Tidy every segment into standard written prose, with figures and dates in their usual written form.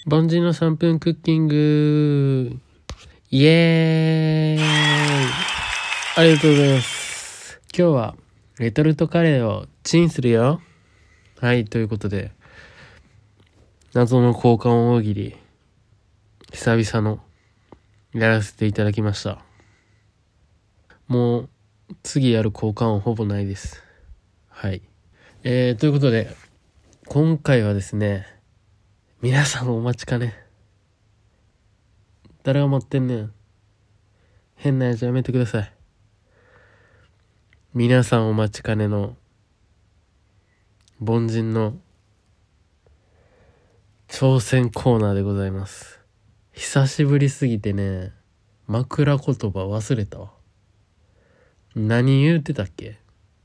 凡人の3分クッキングイエーイ。ありがとうございます。今日はレトルトカレーをチンするよ。はい、ということで謎の交換大喜利久々のやらせていただきました。もう次やる交換はほぼないです。はい、ということで今回はですね、皆さんお待ちかね、誰が持ってんねん、変なやつやめてください。皆さんお待ちかねの凡人の挑戦コーナーでございます。久しぶりすぎてね、枕言葉忘れたわ。何言うてたっけ。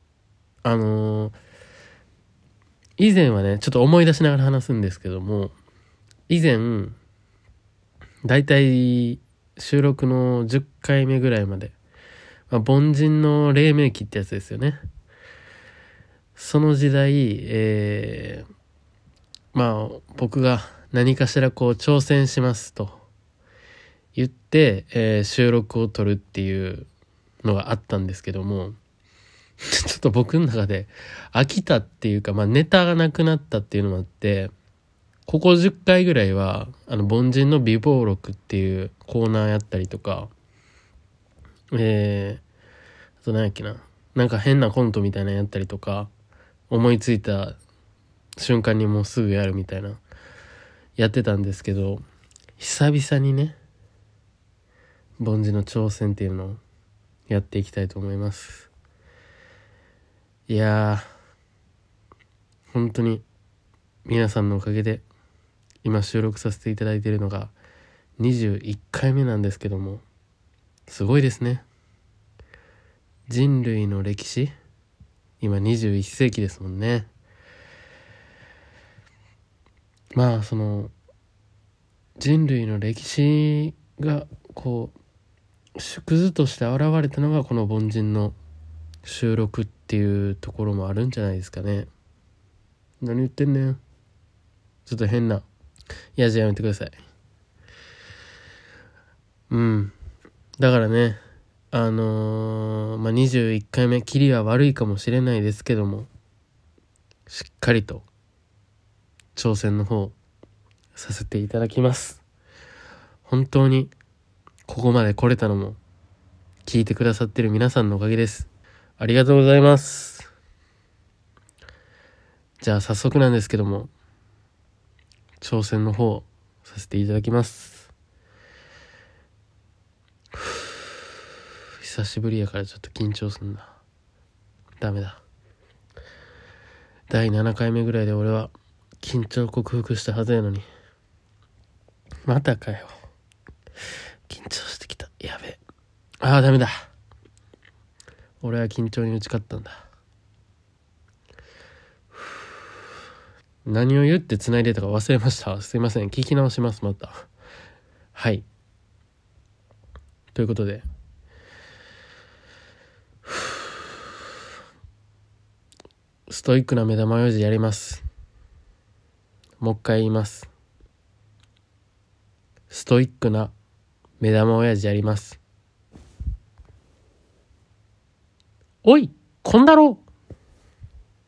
以前はね、ちょっと思い出しながら話すんですけども、以前だいたい収録の10回目ぐらいまで、凡人の黎明期ってやつですよね。その時代、僕が何かしらこう挑戦しますと言って、収録を撮るっていうのがあったんですけども、ちょっと僕の中で飽きたっていうか、ネタがなくなったっていうのもあって、ここ10回ぐらいは凡人の美貌録っていうコーナーやったりとか、あと何やっけな、なんか変なコントみたいなのやったりとか、思いついた瞬間にもうすぐやるみたいなやってたんですけど、久々にね、凡人の挑戦っていうのをやっていきたいと思います。いやー、本当に皆さんのおかげで今収録させていただいているのが21回目なんですけども、すごいですね。人類の歴史、今21世紀ですもんね。その人類の歴史がこう縮図として現れたのがこの凡人の収録っていうところもあるんじゃないですかね。何言ってんねん、ちょっと変なやじやめてください。だからね、21回目キリは悪いかもしれないですけども、しっかりと挑戦の方させていただきます。本当にここまで来れたのも聞いてくださってる皆さんのおかげです。ありがとうございます。じゃあ早速なんですけども、挑戦の方させていただきます。久しぶりやからちょっと緊張すんな。ダメだ。第7回目ぐらいで俺は緊張克服したはずやのに、またかよ。緊張してきた。やべえ。ダメだ。俺は緊張に打ち勝ったんだ。何を言って繋いでたか忘れました。すいません。聞き直します。また。はい。ということで、ストイックな目玉用事やります。もう一回言います。ストイックな目玉親父やります。おい、こんだろ。